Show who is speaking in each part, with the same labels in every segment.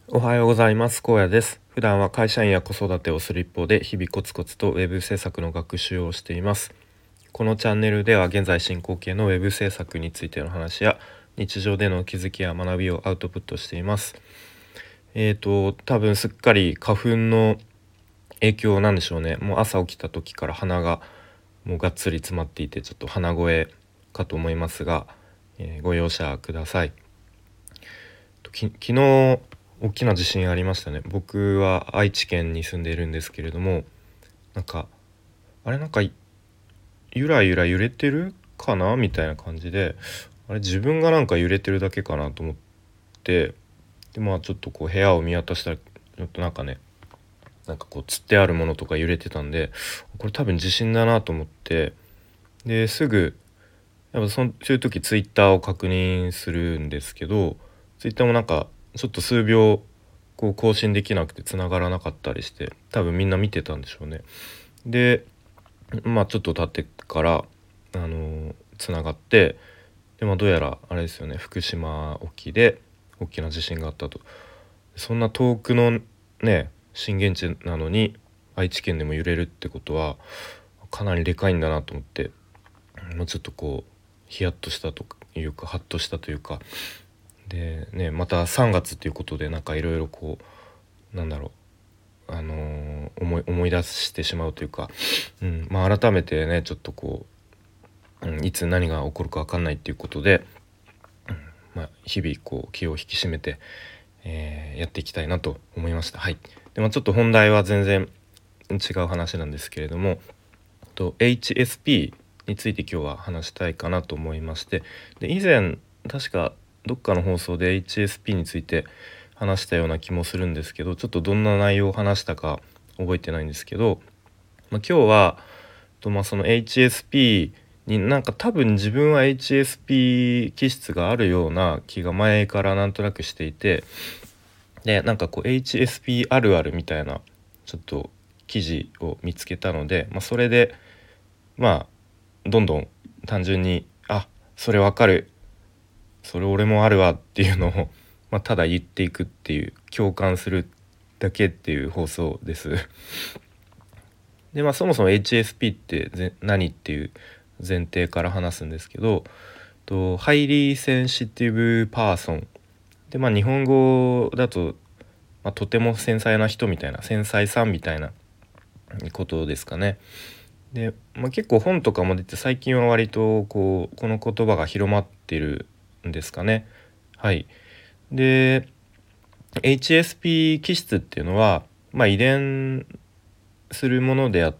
Speaker 1: おはようございます。荒野です。普段は会社員や子育てをする一方で日々コツコツとウェブ制作の学習をしています。このチャンネルでは現在進行形のウェブ制作についての話や日常での気づきや学びをアウトプットしています。多分すっかり花粉の影響なんでしょうね。もう朝起きた時から鼻がもうがっつり詰まっていてちょっと鼻声かと思いますが、ご容赦ください。昨日大きな地震ありましたね。僕は愛知県に住んでいるんですけれども、なんかなんかゆらゆら揺れてるかなみたいな感じで、自分がなんか揺れてるだけかなと思って、でちょっとこう部屋を見渡したらちょっとなんかこう吊ってあるものとか揺れてたんで、これ多分地震だなと思って、ですぐやっぱそういう時ツイッターを確認するんですけど、ツイッターもなんかちょっと数秒こう更新できなくて繋がらなかったりして、多分みんな見てたんでしょうね。でちょっと経ってから繋がって、でどうやらあれですよね、福島沖で大きな地震があったと。そんな遠くのね震源地なのに愛知県でも揺れるってことはかなりでかいんだなと思って、ちょっとこうヒヤッとしたというかハッとしたというかでね、また3月っていうことでなんかいろいろこう思い出してしまうというか、改めてねちょっとこう、いつ何が起こるか分かんないっていうことで、日々こう気を引き締めて、やっていきたいなと思いました。はい。で、ちょっと本題は全然違う話なんですけれども、HSP について今日は話したいかなと思いまして、で以前確かどっかの放送で HSP について話したような気もするんですけど、ちょっとどんな内容を話したか覚えてないんですけど、今日はその HSP になんか多分自分は HSP 気質があるような気が前からなんとなくしていて、でなんかこう HSP あるあるみたいなちょっと記事を見つけたので、それでどんどん単純にそれわかる、それ俺もあるわっていうのをただ言っていくっていう、共感するだけっていう放送です。でそもそも HSP って何っていう前提から話すんですけど、ハイリーセンシティブパーソンで、日本語だと、とても繊細な人みたいな、繊細さんみたいなことですかね。で、結構本とかも出て最近は割とこの言葉が広まっているんですかね。はい。で HSP 気質っていうのは、遺伝するものであって、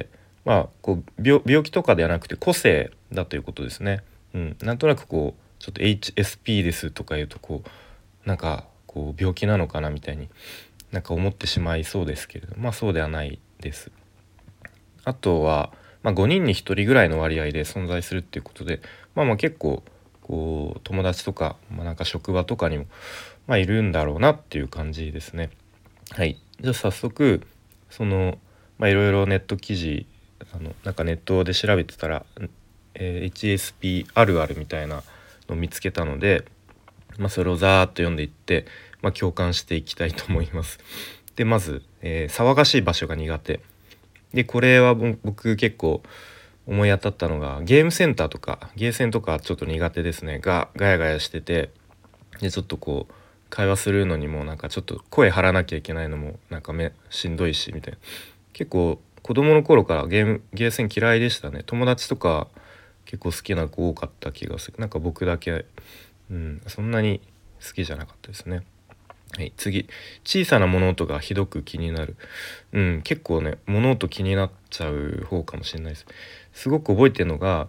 Speaker 1: こう病気とかではなくて個性だということですね。なんとなくこうちょっと HSP ですとか言うとなんかこう病気なのかなみたいになんか思ってしまいそうですけれど、そうではないです。あとは、5人に1人ぐらいの割合で存在するっていうことで、結構こう友達とか、なんか職場とかにも、いるんだろうなっていう感じですね。はい。じゃあ早速いろいろネット記事なんかネットで調べてたら、HSP あるあるみたいなのを見つけたので、それをざーっと読んでいって、共感していきたいと思います。でまず、騒がしい場所が苦手で、これは僕結構思い当たったのが、ゲームセンターとかゲーセンとかちょっと苦手ですね。ガヤガヤしてて、でちょっとこう会話するのにもなんかちょっと声張らなきゃいけないのもなんかしんどいしみたいな。結構子供の頃からゲーセン嫌いでしたね。友達とか結構好きな子多かった気がする。なんか僕だけ、そんなに好きじゃなかったですね。はい、次。小さな物音がひどく気になる。結構ね物音気になっちゃう方かもしれないです。すごく覚えてるのが、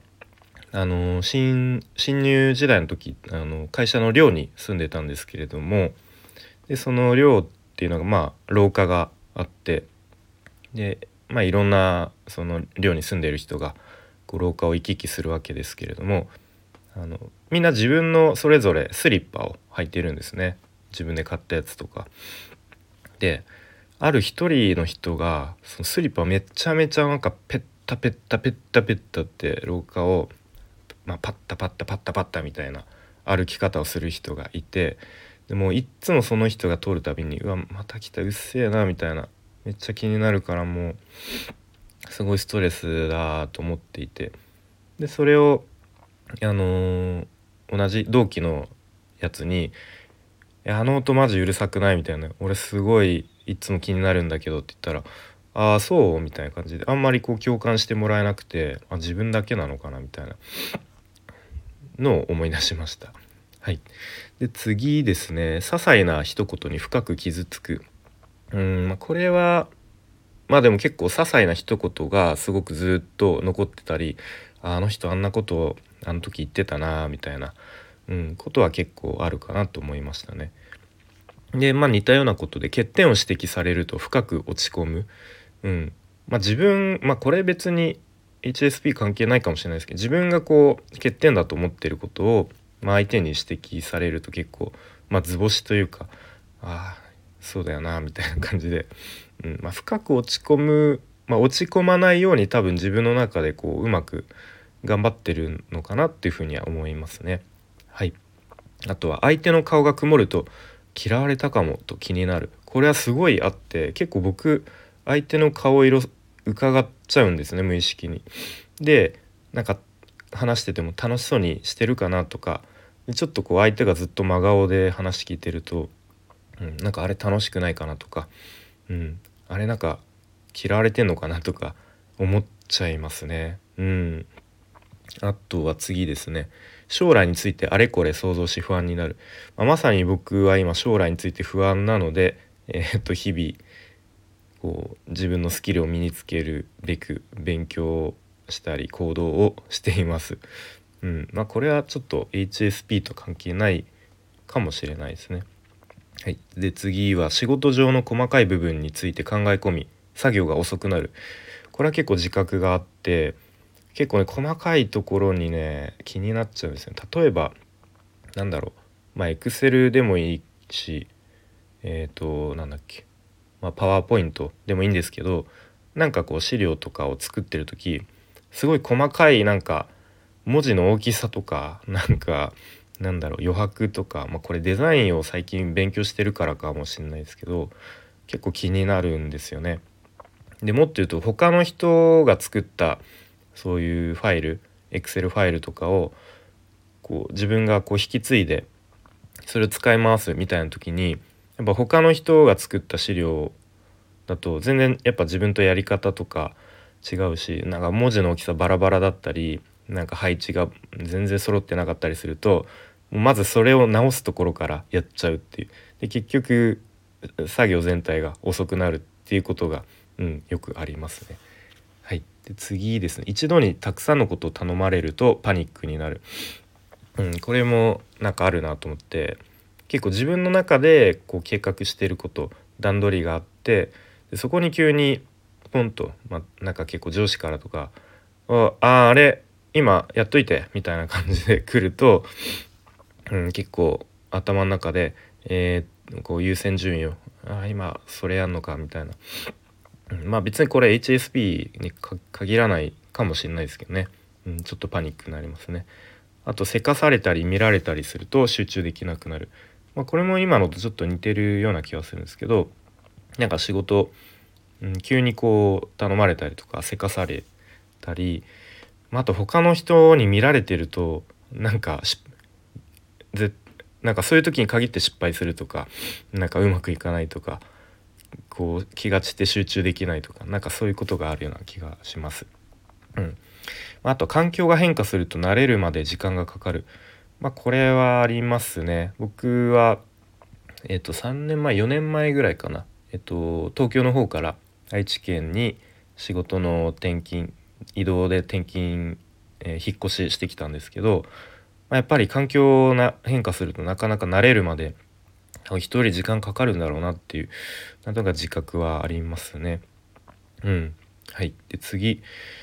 Speaker 1: 新入時代の時会社の寮に住んでたんですけれども、でその寮っていうのが廊下があって、でいろんなその寮に住んでいる人がこう廊下を行き来するわけですけれども、みんな自分のそれぞれスリッパを履いてるんですね。自分で買ったやつとかで、ある一人の人がそのスリッパめちゃめちゃなんかペッタペッタペッタペッタって廊下を、パッタパッタパッタパッタみたいな歩き方をする人がいて、 でもいっつもその人が通るたびにうわまた来たうっせえなみたいな、めっちゃ気になるからもうすごいストレスだと思っていて、でそれを同じ同期のやつにあの音マジうるさくないみたいな、俺すごいいつも気になるんだけどって言ったら、ああそうみたいな感じであんまりこう共感してもらえなくて、自分だけなのかなみたいなのを思い出しました。はい。で次ですね、些細な一言に深く傷つく。これはでも結構些細な一言がすごくずっと残ってたり、あの人あんなことをあの時言ってたなみたいな、ことは結構あるかなと思いましたね。で似たようなことで欠点を指摘されると深く落ち込む。自分これ別に HSP 関係ないかもしれないですけど、自分がこう欠点だと思ってることを、相手に指摘されると結構図星というか、ああそうだよなみたいな感じで、深く落ち込む、落ち込まないように多分自分の中でこううまく頑張ってるのかなっていうふうには思いますね。はい。あとは相手の顔が曇ると嫌われたかもと気になる。これはすごいあって、結構僕相手の顔色伺っちゃうんですね、無意識に。でなんか話してても楽しそうにしてるかなとか、ちょっとこう相手がずっと真顔で話聞いてると、なんかあれ楽しくないかなとか、あれなんか嫌われてんのかなとか思っちゃいますね。あとは次ですね、将来についてあれこれ想像し不安になる。まさに僕は今将来について不安なので、日々こう自分のスキルを身につけるべく勉強したり行動をしています。これはちょっと HSP と関係ないかもしれないですね。はい。で次は仕事上の細かい部分について考え込み作業が遅くなる。これは結構自覚があって、結構ね細かいところにね気になっちゃうんですよ。例えばなんだろう、Excel でもいいし、なんだっけ、パワーポイントでもいいんですけど、なんかこう資料とかを作ってる時すごい細かいなんか文字の大きさとかなんかなんだろう余白とか、これデザインを最近勉強してるからかもしれないですけど、結構気になるんですよね。でもっと言うと他の人が作ったそういうファイル Excel ファイルとかをこう自分がこう引き継いでそれを使い回すみたいな時に、やっぱ他の人が作った資料だと全然やっぱ自分とやり方とか違うし、なんか文字の大きさバラバラだったりなんか配置が全然揃ってなかったりすると、まずそれを直すところからやっちゃうっていう。で結局作業全体が遅くなるっていうことが、よくありますね。はい。で次ですね、一度にたくさんのことを頼まれるとパニックになる。これもなんかあるなと思って、結構自分の中でこう計画していること段取りがあって、でそこに急にポンと、なんか結構上司からとかあれ今やっといてみたいな感じで来ると、結構頭の中で、こう優先順位を今それやんのかみたいな、別にこれ HSP に限らないかもしれないですけどね、ちょっとパニックになりますね。あとせかされたり見られたりすると集中できなくなる。これも今のとちょっと似てるような気がするんですけど、なんか仕事、急にこう頼まれたりとかせかされたり、あと他の人に見られてるとなんかなんかそういう時に限って失敗するとか、なんかうまくいかないとか、こう気が散って集中できないとか、なんかそういうことがあるような気がします。あと環境が変化すると慣れるまで時間がかかる。これはありますね。僕は3年前4年前ぐらいかな、東京の方から愛知県に仕事の転勤移動で転勤、引っ越ししてきたんですけど、やっぱり環境が変化するとなかなか慣れるまで人より時間かかるんだろうなっていうなんとか自覚はありますね。はい。で次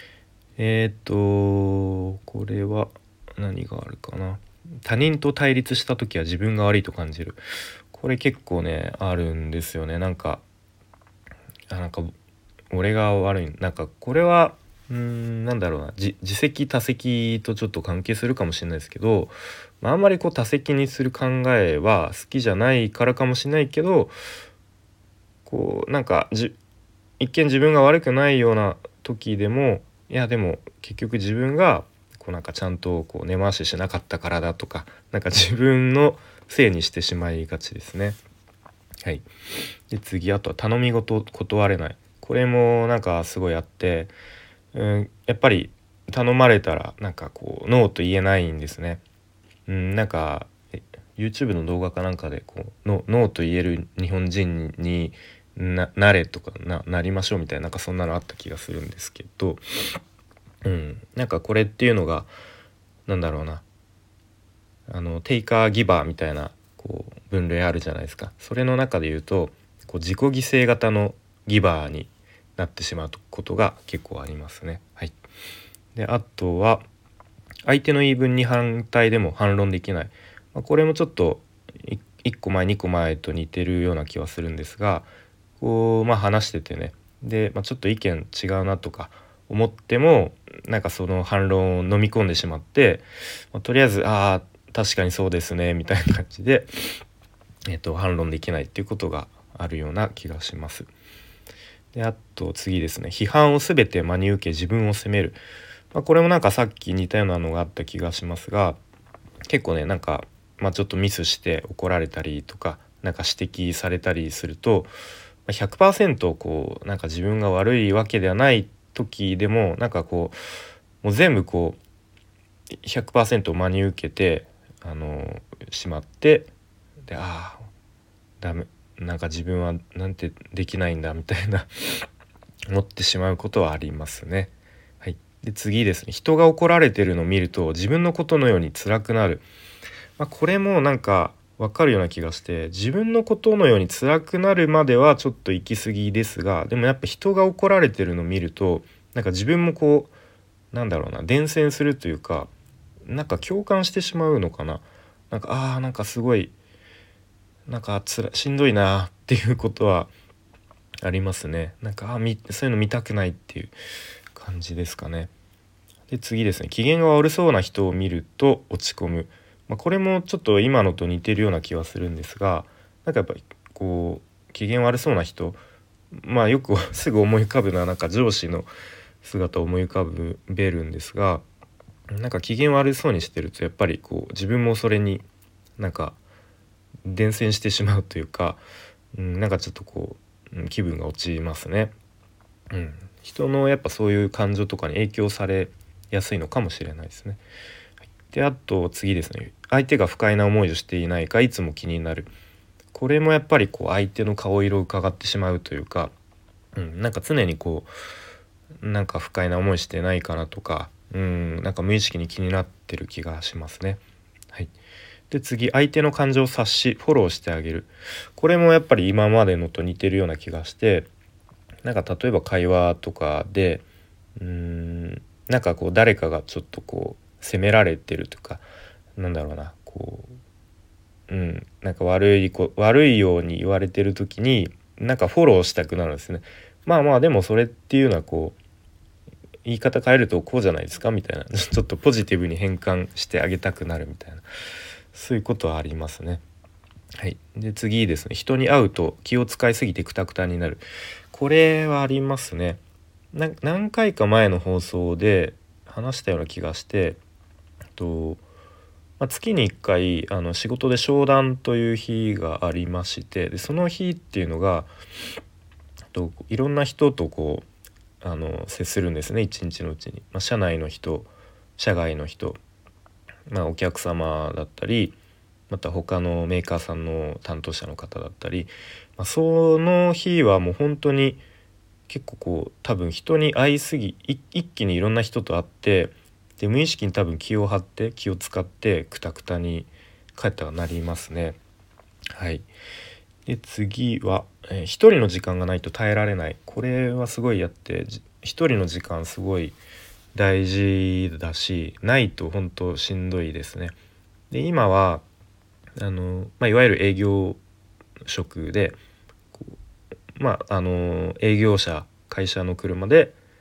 Speaker 1: これは何があるかな。他人と対立した時は自分が悪いと感じる。これ結構ねあるんですよね。なんか俺が悪い、なんかこれはなんだろうな、自責他責とちょっと関係するかもしれないですけど、あんまりこう他責にする考えは好きじゃないからかもしれないけど、こうなんか一見自分が悪くないような時でも、いやでも結局自分がこうなんかちゃんとこう根回ししなかったからだとか、なんか自分のせいにしてしまいがちですね。はい。で次、あとは頼み事を断れない。これもなんかすごいあって、やっぱり頼まれたらなんかこうノーと言えないんですね。なんかYouTube の動画かなんかでこうノーと言える日本人になれとかなりましょうみたいな、なんかそんなのあった気がするんですけど、なんかこれっていうのがなんだろうな、テイカーギバーみたいなこう分類あるじゃないですか。それの中で言うとこう自己犠牲型のギバーになってしまうことが結構ありますね。はい。であとは相手の言い分に反対でも反論できない。これもちょっと1個前2個前と似てるような気はするんですが、こう話しててね、で、ちょっと意見違うなとか思っても、なんかその反論を飲み込んでしまって、とりあえず確かにそうですねみたいな感じで、反論できないっていうことがあるような気がします。であと次ですね、批判を全て真に受け自分を責める。これもなんかさっき似たようなのがあった気がしますが、結構ねなんか、ちょっとミスして怒られたりとか、なんか指摘されたりすると、100% こうなんか自分が悪いわけではない時でも、なんかこうもう全部こう 100% 真に受けてしまって、でダメ、なんか自分はなんてできないんだみたいな思ってしまうことはありますね。はい。で次ですね、人が怒られてるのを見ると自分のことのように辛くなる。これもなんか分かるような気がして、自分のことのように辛くなるまではちょっと行き過ぎですが、でもやっぱ人が怒られてるのを見ると、なんか自分もこうなんだろうな、伝染するというか、なんか共感してしまうのかな。なんかなんかすごいなんかしんどいなっていうことはありますね。なんかそういうの見たくないっていう感じですかね。で次ですね、機嫌が悪そうな人を見ると落ち込む。これもちょっと今のと似てるような気はするんですが、なんかやっぱりこう機嫌悪そうな人、よくすぐ思い浮かぶのはなんか上司の姿を思い浮かべるんですが、なんか機嫌悪そうにしてるとやっぱりこう自分もそれになんか伝染してしまうというか、なんかちょっとこう気分が落ちますね。人のやっぱそういう感情とかに影響されやすいのかもしれないですね。であと次ですね、相手が不快な思いをしていないかいつも気になる。これもやっぱりこう相手の顔色を伺ってしまうというか、なんか常にこうなんか不快な思いしてないかなとか、なんか無意識に気になってる気がしますね。はい。で次、相手の感情を察しフォローしてあげる。これもやっぱり今までのと似てるような気がして、なんか例えば会話とかでなんかこう誰かがちょっとこう責められてるとか、なんだろうな、こうなんか悪いように言われてる時になんかフォローしたくなるんですね。でもそれっていうのはこう言い方変えるとこうじゃないですかみたいなちょっとポジティブに変換してあげたくなるみたいな、そういうことはありますね。はい。で次ですね、人に会うと気を使いすぎてクタクタになる。これはありますね。何回か前の放送で話したような気がして、と、月に1回仕事で商談という日がありまして、でその日っていうのがいろんな人とこう接するんですね、一日のうちに。社内の人、社外の人、お客様だったり、また他のメーカーさんの担当者の方だったり、その日はもう本当に結構こう多分人に会いすぎ一気にいろんな人と会って、で無意識に多分気を張って気を使ってクタクタに帰ったらなりますね。はい。で次は、一人の時間がないと耐えられない。これはすごいやって、一人の時間すごい大事だし、ないと本当しんどいですね。で今はいわゆる営業職で営業者会社の車で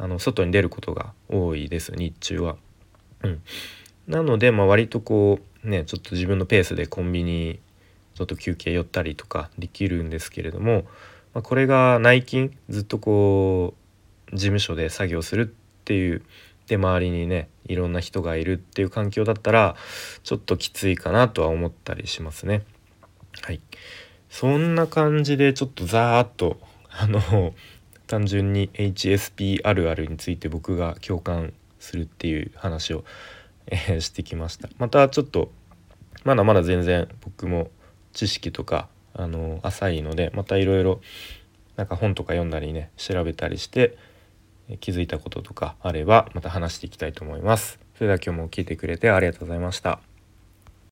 Speaker 1: 外に出ることが多いです、日中は。なので、割とこうねちょっと自分のペースでコンビニちょっと休憩寄ったりとかできるんですけれども、これが内勤ずっとこう事務所で作業するっていうで周りにねいろんな人がいるっていう環境だったらちょっときついかなとは思ったりしますね。はい、そんな感じでちょっとざーっと単純に HSP あるあるについて僕が共感するっていう話を、してきました。またちょっとまだまだ全然僕も知識とか浅いので、またいろいろなんか本とか読んだりね調べたりして気づいたこととかあればまた話していきたいと思います。それでは今日も聞いてくれてありがとうございました。